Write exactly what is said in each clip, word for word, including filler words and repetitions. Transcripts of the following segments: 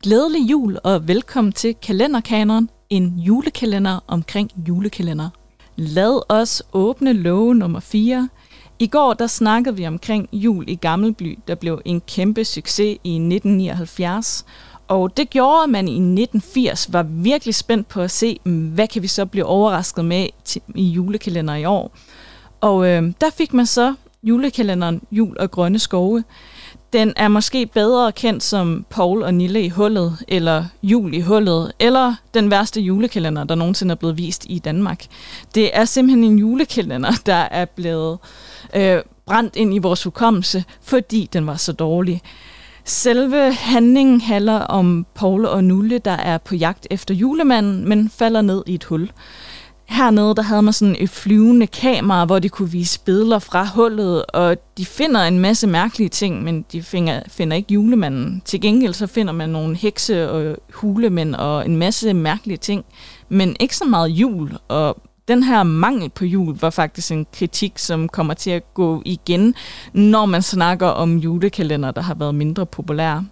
Glædelig jul og velkommen til Kalenderkanonen, en julekalender omkring julekalender. Lad os åbne låge nummer fire. I går der snakkede vi omkring Jul i Gammelby, der blev en kæmpe succes i nitten nioghalvfjerds. Og det gjorde, at man i nitten firs var virkelig spændt på at se, hvad kan vi så blive overrasket med i julekalender i år. Og øh, der fik man så julekalenderen Jul og Grønne Skove. Den er måske bedre kendt som Poul og Nille i hullet, eller Jul i hullet, eller den værste julekalender, der nogensinde er blevet vist i Danmark. Det er simpelthen en julekalender, der er blevet øh, brændt ind i vores hukommelse, fordi den var så dårlig. Selve handlingen handler om Poul og Nulle, der er på jagt efter julemanden, men falder ned i et hul. Hernede der havde man sådan et flyvende kamera, hvor de kunne vise billeder fra hullet, og de finder en masse mærkelige ting, men de finder, finder ikke julemanden. Til gengæld så finder man nogle hekse og hulemænd og en masse mærkelige ting, men ikke så meget jul. Og den her mangel på jul var faktisk en kritik, som kommer til at gå igen, når man snakker om julekalender, der har været mindre populære.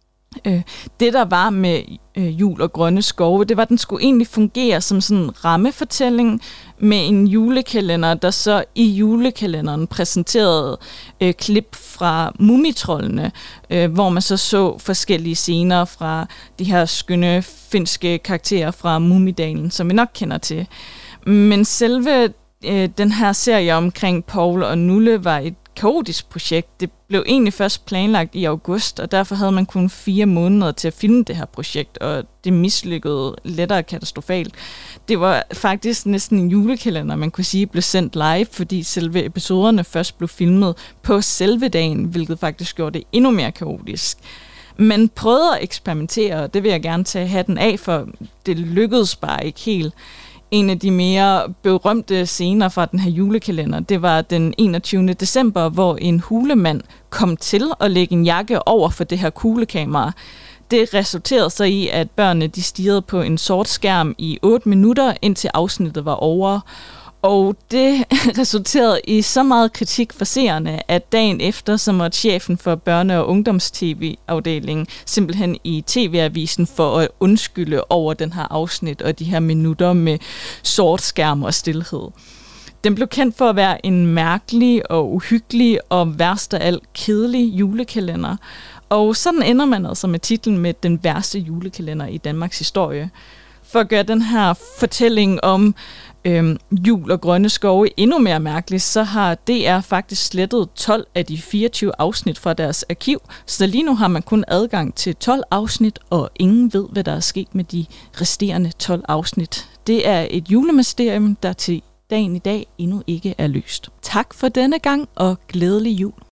Det, der var med øh, Jul og Grønne Skove, det var, at den skulle egentlig fungere som sådan en rammefortælling med en julekalender, der så i julekalenderen præsenterede øh, klip fra Mumitroldene, øh, hvor man så så forskellige scener fra de her skønne finske karakterer fra Mumidalen, som vi nok kender til. Men selve øh, den her serie omkring Poul og Nulle var et kaotisk projekt. Det blev egentlig først planlagt i august, og derfor havde man kun fire måneder til at filme det her projekt, og det mislykkede lettere katastrofalt. Det var faktisk næsten en julekalender, man kunne sige, blev sendt live, fordi selve episoderne først blev filmet på selve dagen, hvilket faktisk gjorde det endnu mere kaotisk. Man prøvede at eksperimentere, og det vil jeg gerne tage hatten af, for det lykkedes bare ikke helt. En af de mere berømte scener fra den her julekalender, det var den enogtyvende december, hvor en hulemand kom til at lægge en jakke over for det her kuglekamera. Det resulterede så i, at børnene de stirrede på en sort skærm i otte minutter, indtil afsnittet var over. Og det resulterede i så meget kritik fra seerne, at dagen efter, så måtte chefen for børne- og ungdoms-tv-afdelingen simpelthen i tv-avisen for at undskylde over den her afsnit og de her minutter med sort skærm og stilhed. Den blev kendt for at være en mærkelig og uhyggelig og værst af alt kedelig julekalender. Og sådan ender man altså med titlen med den værste julekalender i Danmarks historie. For at gøre den her fortælling om Øhm, Jul og Grønne Skove endnu mere mærkeligt, så har D R faktisk slettet tolv af de fireogtyve afsnit fra deres arkiv, så lige nu har man kun adgang til tolv afsnit, og ingen ved, hvad der er sket med de resterende tolv afsnit. Det er et julemysterium, der til dagen i dag endnu ikke er løst. Tak for denne gang, og glædelig jul.